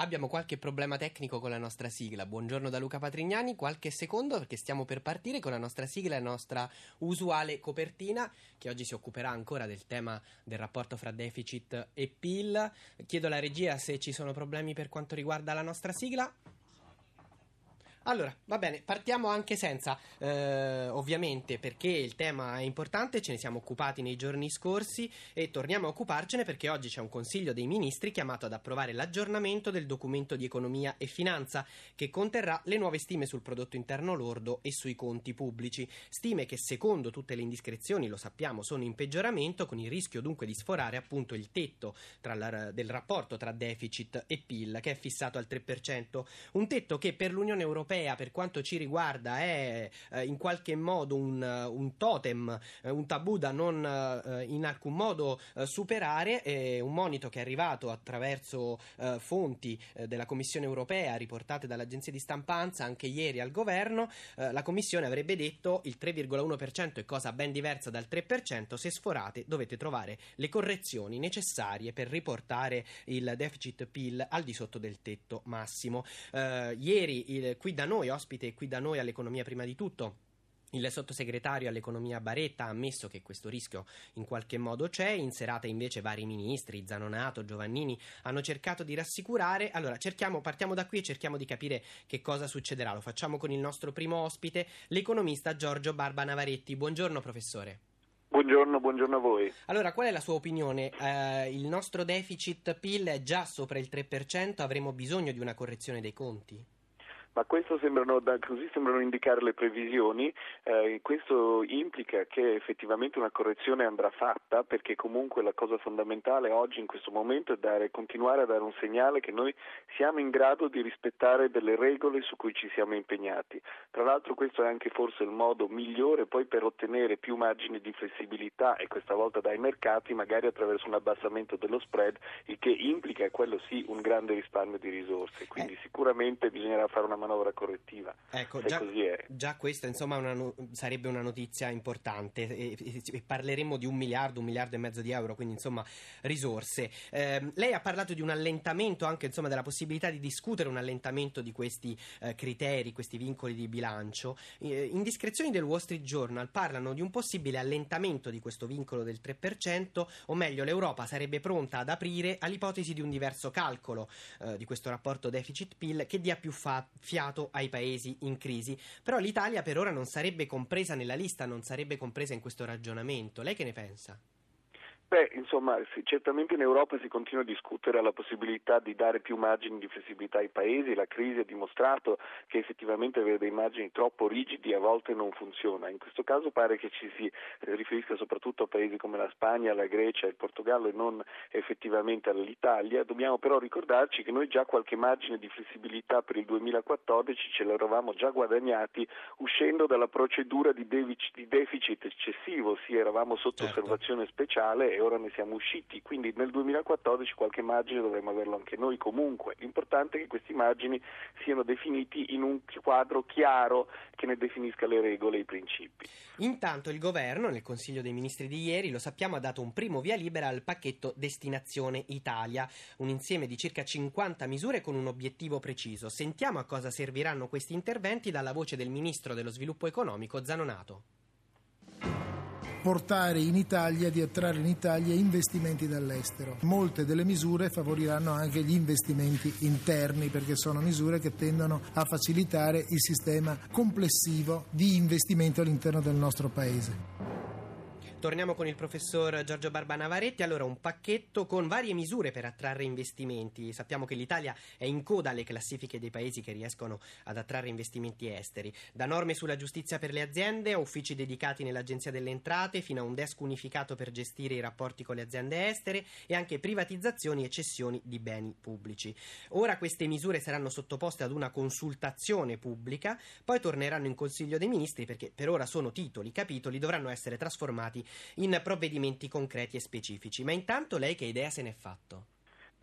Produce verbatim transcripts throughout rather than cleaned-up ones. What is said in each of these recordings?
Abbiamo qualche problema tecnico con la nostra sigla. Buongiorno da Luca Patrignani, qualche secondo perché stiamo per partire con la nostra sigla e la nostra usuale copertina, che oggi si occuperà ancora del tema del rapporto fra deficit e P I L. Chiedo alla regia se ci sono problemi per quanto riguarda la nostra sigla. Allora, va bene, partiamo anche senza, eh, ovviamente perché il tema è importante, ce ne siamo occupati nei giorni scorsi e torniamo a occuparcene perché oggi c'è un Consiglio dei Ministri chiamato ad approvare l'aggiornamento del documento di economia e finanza che conterrà le nuove stime sul prodotto interno lordo e sui conti pubblici, stime che secondo tutte le indiscrezioni, lo sappiamo, sono in peggioramento, con il rischio dunque di sforare appunto il tetto tra la, del rapporto tra deficit e P I L che è fissato al tre per cento, un tetto che per l'Unione Europea per quanto ci riguarda è eh, in qualche modo un, un totem, eh, un tabù da non eh, in alcun modo eh, superare, eh, un monito che è arrivato attraverso eh, fonti eh, della Commissione Europea riportate dall'agenzia di stampanza anche ieri al governo. Eh, la Commissione avrebbe detto il tre virgola uno per cento è cosa ben diversa dal tre per cento, se sforate dovete trovare le correzioni necessarie per riportare il deficit P I L al di sotto del tetto massimo. Eh, ieri il, qui da noi, ospite qui da noi all'economia prima di tutto, il sottosegretario all'economia Baretta ha ammesso che questo rischio in qualche modo c'è. In serata invece vari ministri, Zanonato, Giovannini, hanno cercato di rassicurare. Allora cerchiamo, partiamo da qui e cerchiamo di capire che cosa succederà. Lo facciamo con il nostro primo ospite, l'economista Giorgio Barba Navaretti. Buongiorno professore. Buongiorno, buongiorno a voi. Allora, qual è la sua opinione? Eh, il nostro deficit P I L è già sopra il tre per cento, avremo bisogno di una correzione dei conti? Ma questo sembrano, così sembrano indicare le previsioni, eh, questo implica che effettivamente una correzione andrà fatta, perché comunque la cosa fondamentale oggi in questo momento è dare, continuare a dare un segnale che noi siamo in grado di rispettare delle regole su cui ci siamo impegnati. Tra l'altro questo è anche forse il modo migliore poi per ottenere più margini di flessibilità, e questa volta dai mercati, magari attraverso un abbassamento dello spread, il che implica, quello sì, un grande risparmio di risorse, quindi eh. sicuramente bisognerà fare una manovra correttiva. Ecco, se già, così è. già questa insomma una no, sarebbe una notizia importante e, e, e parleremo di un miliardo, un miliardo e mezzo di euro, quindi insomma risorse. Eh, lei ha parlato di un allentamento, anche insomma della possibilità di discutere un allentamento di questi eh, criteri, questi vincoli di bilancio. Eh, indiscrezioni del Wall Street Journal parlano di un possibile allentamento di questo vincolo del tre per cento, o meglio l'Europa sarebbe pronta ad aprire all'ipotesi di un diverso calcolo eh, di questo rapporto deficit-P I L che dia più fa- fiato ai paesi in crisi. Però l'Italia per ora non sarebbe compresa nella lista, non sarebbe compresa in questo ragionamento. Lei che ne pensa? Beh, insomma, sì, certamente in Europa si continua a discutere la possibilità di dare più margini di flessibilità ai paesi. La crisi ha dimostrato che effettivamente avere dei margini troppo rigidi a volte non funziona. In questo caso pare che ci si riferisca soprattutto a paesi come la Spagna, la Grecia, il Portogallo e non effettivamente all'Italia. Dobbiamo però ricordarci che noi già qualche margine di flessibilità per il duemilaquattordici ce l'eravamo già guadagnati uscendo dalla procedura di deficit eccessivo, sì, eravamo sotto certo. osservazione speciale e ora ne siamo usciti, quindi nel duemilaquattordici qualche margine dovremmo averlo anche noi comunque. L'importante è che questi margini siano definiti in un quadro chiaro che ne definisca le regole e i principi. Intanto il governo nel Consiglio dei Ministri di ieri, lo sappiamo, ha dato un primo via libera al pacchetto Destinazione Italia, un insieme di circa cinquanta misure con un obiettivo preciso. Sentiamo a cosa serviranno questi interventi dalla voce del Ministro dello Sviluppo Economico Zanonato. Portare in Italia, di attrarre in Italia investimenti dall'estero. Molte delle misure favoriranno anche gli investimenti interni, perché sono misure che tendono a facilitare il sistema complessivo di investimento all'interno del nostro Paese. Torniamo con il professor Giorgio Barba Navaretti. Allora, un pacchetto con varie misure per attrarre investimenti. Sappiamo che l'Italia è in coda alle classifiche dei paesi che riescono ad attrarre investimenti esteri. Da norme sulla giustizia per le aziende a uffici dedicati nell'Agenzia delle Entrate, fino a un desk unificato per gestire i rapporti con le aziende estere e anche privatizzazioni e cessioni di beni pubblici. Ora queste misure saranno sottoposte ad una consultazione pubblica, poi torneranno in Consiglio dei Ministri perché per ora sono titoli, capitoli, dovranno essere trasformati in provvedimenti concreti e specifici. Ma intanto lei che idea se n'è fatto?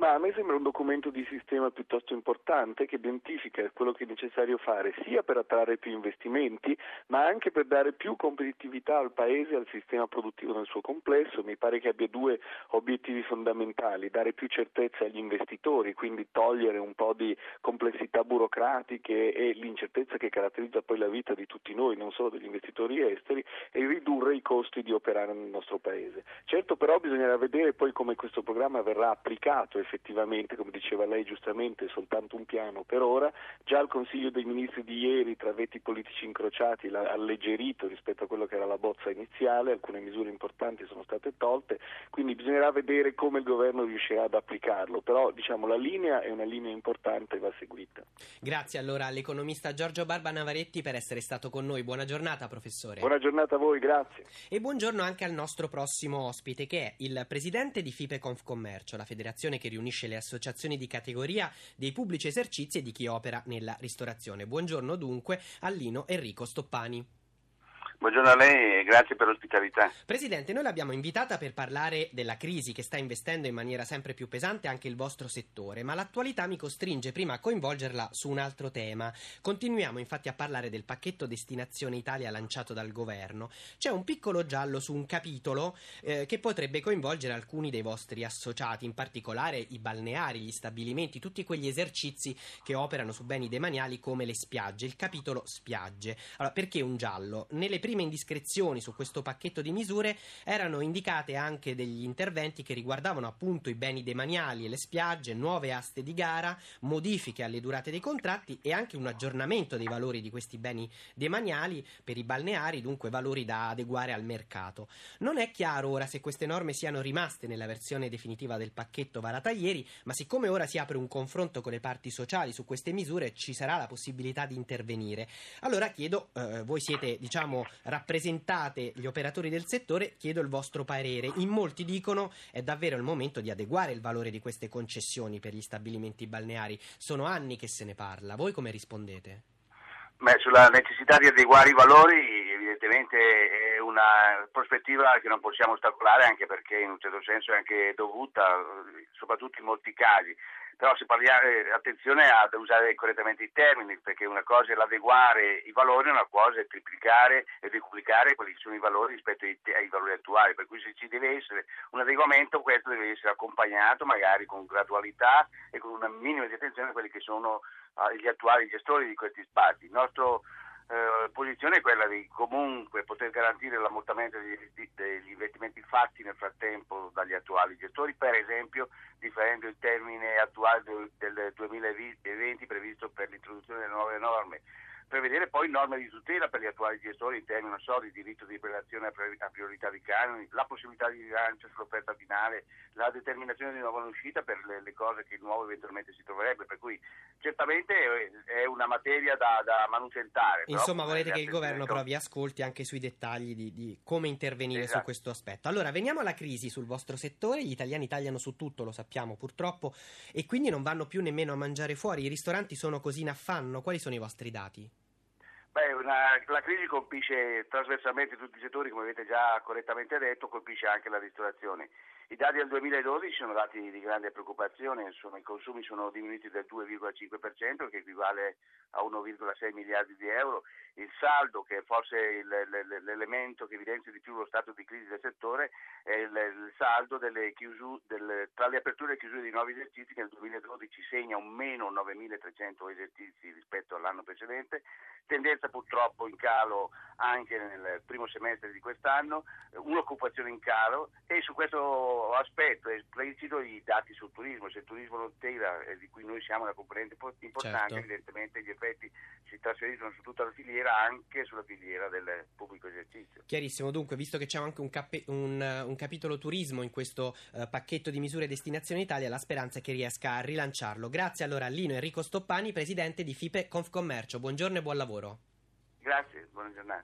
Ma a me sembra un documento di sistema piuttosto importante che identifica quello che è necessario fare sia per attrarre più investimenti ma anche per dare più competitività al Paese e al sistema produttivo nel suo complesso. Mi pare che abbia due obiettivi fondamentali: dare più certezza agli investitori, quindi togliere un po' di complessità burocratiche e l'incertezza che caratterizza poi la vita di tutti noi, non solo degli investitori esteri, e ridurre i costi di operare nel nostro Paese. Certo, però bisognerà vedere poi come questo programma verrà applicato effettivamente, come diceva lei giustamente, è soltanto un piano per ora. Già il Consiglio dei Ministri di ieri, tra veti politici incrociati, l'ha alleggerito rispetto a quello che era la bozza iniziale, alcune misure importanti sono state tolte, quindi bisognerà vedere come il governo riuscirà ad applicarlo, però diciamo la linea è una linea importante e va seguita. Grazie allora all'economista Giorgio Barba Navaretti per essere stato con noi. Buona giornata, professore. Buona giornata a voi, grazie. E buongiorno anche al nostro prossimo ospite, che è il presidente di FIPE Confcommercio, la federazione che riunisce le associazioni di categoria dei pubblici esercizi e di chi opera nella ristorazione. Buongiorno dunque a Lino Enrico Stoppani. Buongiorno a lei e grazie per l'ospitalità. Presidente, noi l'abbiamo invitata per parlare della crisi che sta investendo in maniera sempre più pesante anche il vostro settore, ma l'attualità mi costringe prima a coinvolgerla su un altro tema. Continuiamo infatti a parlare del pacchetto Destinazione Italia lanciato dal governo. C'è un piccolo giallo su un capitolo eh, che potrebbe coinvolgere alcuni dei vostri associati, in particolare i balneari, gli stabilimenti, tutti quegli esercizi che operano su beni demaniali come le spiagge, il capitolo spiagge. Allora, perché un giallo? Nelle prime indiscrezioni su questo pacchetto di misure erano indicate anche degli interventi che riguardavano appunto i beni demaniali e le spiagge, nuove aste di gara, modifiche alle durate dei contratti e anche un aggiornamento dei valori di questi beni demaniali per i balneari, dunque valori da adeguare al mercato. Non è chiaro ora se queste norme siano rimaste nella versione definitiva del pacchetto varata ieri, ma siccome ora si apre un confronto con le parti sociali su queste misure ci sarà la possibilità di intervenire. Allora chiedo, eh, voi siete diciamo rappresentate gli operatori del settore, chiedo il vostro parere. In molti dicono è davvero il momento di adeguare il valore di queste concessioni per gli stabilimenti balneari. Sono anni che se ne parla. Voi come rispondete? Beh, sulla necessità di adeguare i valori evidentemente è una prospettiva che non possiamo ostacolare, anche perché in un certo senso è anche dovuta, soprattutto in molti casi. Però si parla, attenzione ad usare correttamente i termini, perché una cosa è l'adeguare i valori, una cosa è triplicare e decuplicare quelli che sono i valori rispetto ai, ai valori attuali, per cui se ci deve essere un adeguamento, questo deve essere accompagnato magari con gradualità e con una minima di attenzione a quelli che sono uh, gli attuali gestori di questi spazi. Il nostro La eh, posizione è quella di comunque poter garantire l'ammortamento degli, degli investimenti fatti nel frattempo dagli attuali gestori, per esempio differendo il termine attuale del, del duemilaventi previsto per l'introduzione delle nuove norme, prevedere poi norme di tutela per gli attuali gestori in termini, non so, di diritto di prelazione a priorità di canoni, la possibilità di rilancio sull'offerta finale, la determinazione di nuova uscita per le, le cose che il nuovo eventualmente si troverebbe, per cui certamente è una materia da, da manutentare. Insomma, volete che il governo però vi ascolti anche sui dettagli di, di come intervenire esatto. su questo aspetto. Allora, veniamo alla crisi sul vostro settore. Gli italiani tagliano su tutto, lo sappiamo purtroppo, e quindi non vanno più nemmeno a mangiare fuori. I ristoranti sono così in affanno. Quali sono i vostri dati? Beh, una, la crisi colpisce trasversalmente tutti i settori, come avete già correttamente detto, colpisce anche la ristorazione. I dati del duemiladodici sono dati di grande preoccupazione, insomma i consumi sono diminuiti del due virgola cinque per cento, che equivale a uno virgola sei miliardi di euro. Il saldo, che è forse il, l'elemento che evidenzia di più lo stato di crisi del settore, è il, il saldo delle chiusure, del, tra le aperture e chiusure di nuovi esercizi, che nel duemiladodici segna un meno novemilatrecento esercizi rispetto all'anno precedente, tendenza purtroppo in calo anche nel primo semestre di quest'anno, un'occupazione in calo, e su questo aspetto è esplicito i dati sul turismo. Se il turismo non tutela, eh, di cui noi siamo una componente importante, certo. evidentemente gli effetti si trasferiscono su tutta la filiera, anche sulla filiera del pubblico esercizio. Chiarissimo, dunque, visto che c'è anche un, cape- un, un capitolo turismo in questo uh, pacchetto di misure Destinazione Italia, la speranza è che riesca a rilanciarlo. Grazie allora a Lino Enrico Stoppani, presidente di FIPE Confcommercio. Buongiorno e buon lavoro. Grazie, buona giornata.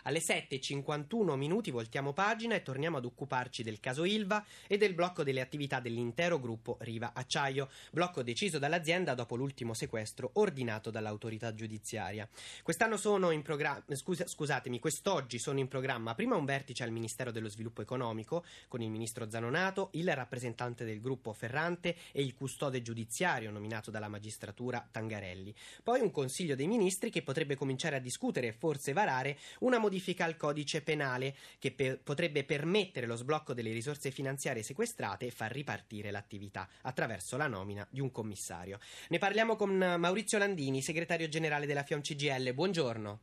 Alle sette e cinquantuno minuti voltiamo pagina e torniamo ad occuparci del caso Ilva e del blocco delle attività dell'intero gruppo Riva Acciaio, blocco deciso dall'azienda dopo l'ultimo sequestro ordinato dall'autorità giudiziaria. Quest'anno sono in programma, scusa, scusatemi, quest'oggi sono in programma prima un vertice al Ministero dello Sviluppo Economico con il ministro Zanonato, il rappresentante del gruppo Ferrante e il custode giudiziario nominato dalla magistratura Tangarelli. Poi un consiglio dei ministri che potrebbe cominciare a discutere e forse varare una modifica al codice penale che per, potrebbe permettere lo sblocco delle risorse finanziarie sequestrate e far ripartire l'attività attraverso la nomina di un commissario. Ne parliamo con Maurizio Landini, segretario generale della FIOM C G I L. Buongiorno.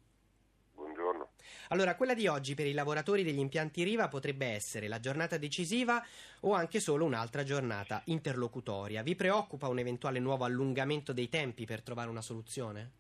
Allora, quella di oggi per i lavoratori degli impianti Riva potrebbe essere la giornata decisiva o anche solo un'altra giornata interlocutoria. Vi preoccupa un eventuale nuovo allungamento dei tempi per trovare una soluzione?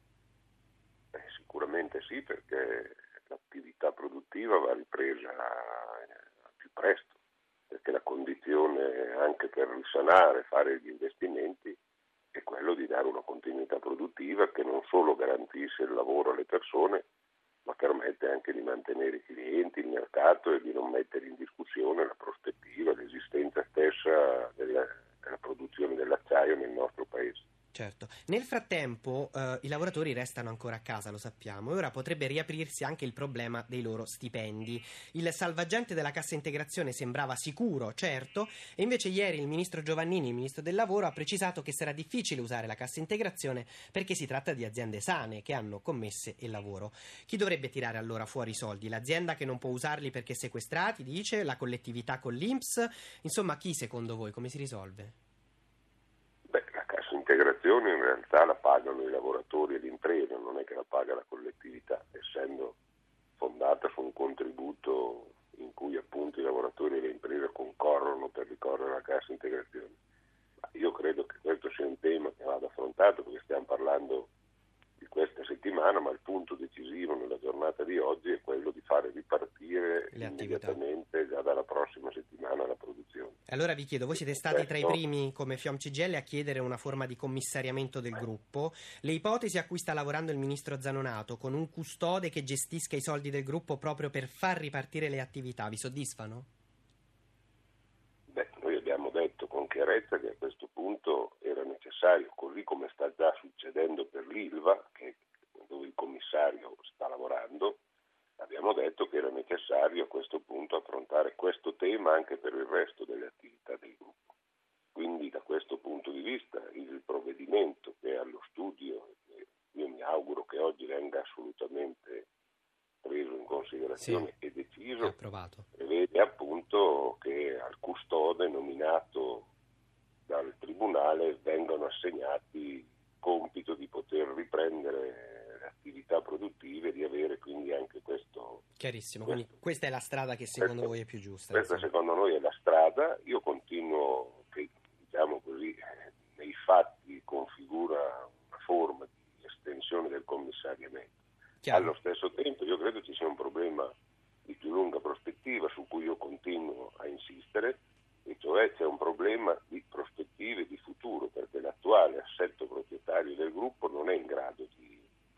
Eh, sicuramente sì, perché l'attività produttiva va ripresa al più presto, perché la condizione anche per risanare, fare gli investimenti è quello di dare una continuità produttiva che non solo garantisce il lavoro alle persone, ma permette anche di mantenere i clienti, il mercato e di non mettere in discussione la prospettiva, l'esistenza stessa della, della produzione dell'acciaio nel nostro paese. Certo. Nel frattempo eh, i lavoratori restano ancora a casa, lo sappiamo, e ora potrebbe riaprirsi anche il problema dei loro stipendi. Il salvagente della cassa integrazione sembrava sicuro, certo, e invece ieri il ministro Giovannini, il ministro del lavoro, ha precisato che sarà difficile usare la cassa integrazione perché si tratta di aziende sane che hanno commesse e lavoro. Chi dovrebbe tirare allora fuori i soldi? L'azienda che non può usarli perché sequestrati, dice, la collettività con l'I N P S? Insomma, chi secondo voi? Come si risolve? L'integrazione in realtà la pagano i lavoratori e l'impresa, non è che la paga la collettività, essendo fondata su un contributo in cui appunto i lavoratori e le imprese concorrono per ricorrere alla cassa integrazione. Ma io credo che questo sia un tema che vada affrontato perché stiamo parlando di questa settimana, ma il punto decisivo nella giornata di oggi è quello di fare ripartire le immediatamente attività. Già dalla prossima settimana la produzione. Allora vi chiedo, voi siete stati tra i primi come FIOM C G I L a chiedere una forma di commissariamento del gruppo. Le ipotesi a cui sta lavorando il ministro Zanonato, con un custode che gestisca i soldi del gruppo proprio per far ripartire le attività, vi soddisfano? Beh, noi abbiamo detto con chiarezza che a questo punto era necessario, così come sta già succedendo per l'Ilva, che, dove il commissario sta lavorando, abbiamo detto che era necessario a questo punto affrontare questo tema anche per il resto delle attività del gruppo. Quindi da questo punto di vista il provvedimento che è allo studio, io mi auguro che oggi venga assolutamente preso in considerazione sì, e deciso, approvato. Prevede appunto che al custode nominato dal Tribunale vengano assegnati compito di poter riprendere le attività produttive e di avere quindi anche questo. Chiarissimo, questo, quindi questa è la strada che secondo questo, voi è più giusta. Questa insomma. secondo noi è la strada, io continuo che diciamo così nei fatti configura una forma di estensione del commissariamento. Chiaro. Allo stesso tempo io credo ci sia un problema di più lunga prospettiva su cui io continuo a insistere, e cioè c'è un problema di prospettive di futuro, perché l'attuale assetto proprietario del gruppo non è in grado di,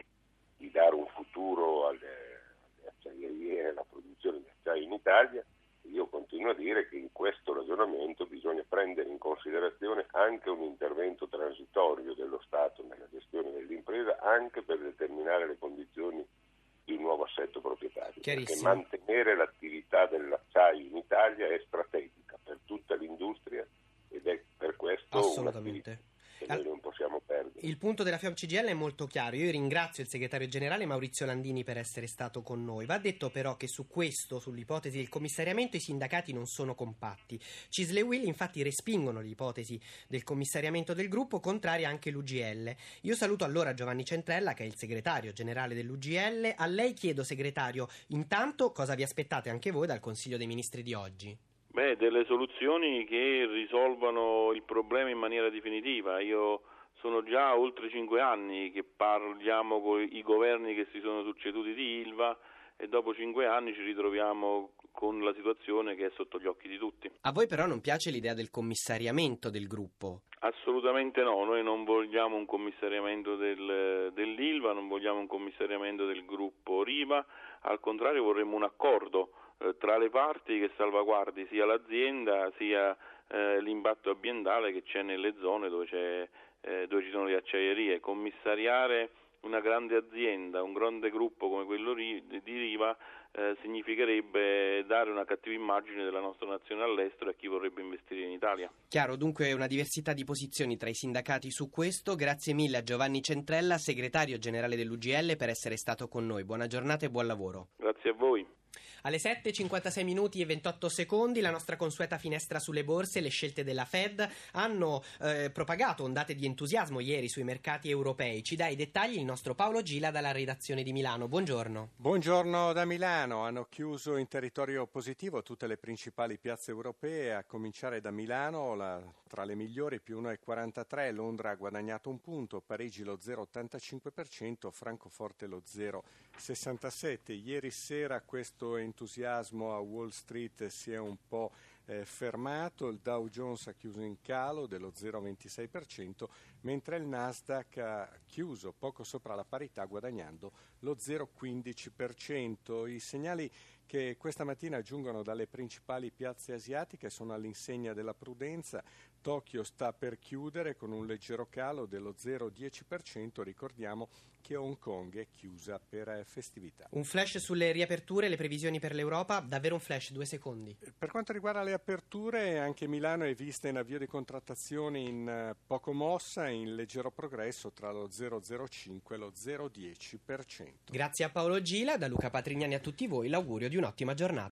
di dare un futuro alle, alle acciaierie e alla produzione di acciaio in Italia. Io continuo a dire che in questo ragionamento bisogna prendere in considerazione anche un intervento transitorio dello Stato nella gestione dell'impresa, anche per determinare le condizioni di un nuovo assetto proprietario, perché mantenere l'attività dell'acciaio in Italia è strategica per tutta l'industria ed è per questo assolutamente che noi non possiamo perdere. Il punto della FIOM C G I L è molto chiaro. Io ringrazio il segretario generale Maurizio Landini per essere stato con noi. Va detto però che su questo, sull'ipotesi del commissariamento, i sindacati non sono compatti. C I S L e U I L infatti respingono l'ipotesi del commissariamento del gruppo, contraria anche l'U G L. Io saluto allora Giovanni Centrella, che è il segretario generale dell'U G L. A lei chiedo, segretario, intanto cosa vi aspettate anche voi dal Consiglio dei Ministri di oggi? Beh, delle soluzioni che risolvano il problema in maniera definitiva. Io sono già oltre cinque anni che parliamo con i governi che si sono succeduti di Ilva e dopo cinque anni ci ritroviamo con la situazione che è sotto gli occhi di tutti. A voi però non piace l'idea del commissariamento del gruppo? Assolutamente no, noi non vogliamo un commissariamento del, dell'Ilva, non vogliamo un commissariamento del gruppo Riva, al contrario vorremmo un accordo eh, tra le parti che salvaguardi sia l'azienda sia eh, l'impatto ambientale che c'è nelle zone dove, c'è, eh, dove ci sono le acciaierie. Commissariare una grande azienda, un grande gruppo come quello di Riva eh, significherebbe dare una cattiva immagine della nostra nazione all'estero a chi vorrebbe investire in Italia. Chiaro, dunque una diversità di posizioni tra i sindacati su questo. Grazie mille a Giovanni Centrella, segretario generale dell'U G L, per essere stato con noi. Buona giornata e buon lavoro. Grazie a voi. Alle sette e cinquantasei minuti e ventotto secondi, la nostra consueta finestra sulle borse. Le scelte della Fed hanno eh, propagato ondate di entusiasmo ieri sui mercati europei. Ci dà i dettagli il nostro Paolo Gila dalla redazione di Milano. Buongiorno. Buongiorno da Milano. Hanno chiuso in territorio positivo tutte le principali piazze europee, a cominciare da Milano, la, tra le migliori più uno virgola quarantatré, Londra ha guadagnato un punto, Parigi lo zero virgola ottantacinque per cento, Francoforte lo zero virgola sessantasette per cento. Ieri sera questo entusiasmo a Wall Street si è un po' eh, fermato, il Dow Jones ha chiuso in calo dello zero virgola ventisei per cento, mentre il Nasdaq ha chiuso poco sopra la parità guadagnando lo zero virgola quindici per cento. I segnali che questa mattina giungono dalle principali piazze asiatiche sono all'insegna della prudenza. Tokyo sta per chiudere con un leggero calo dello zero virgola dieci per cento, ricordiamo che Hong Kong è chiusa per festività. Un flash sulle riaperture, le previsioni per l'Europa, davvero un flash, due secondi. Per quanto riguarda le aperture, anche Milano è vista in avvio di contrattazioni in poco mossa, in leggero progresso tra lo zero virgola zero cinque e lo zero virgola dieci per cento. Grazie a Paolo Gila, da Luca Patrignani a tutti voi l'augurio di un'ottima giornata.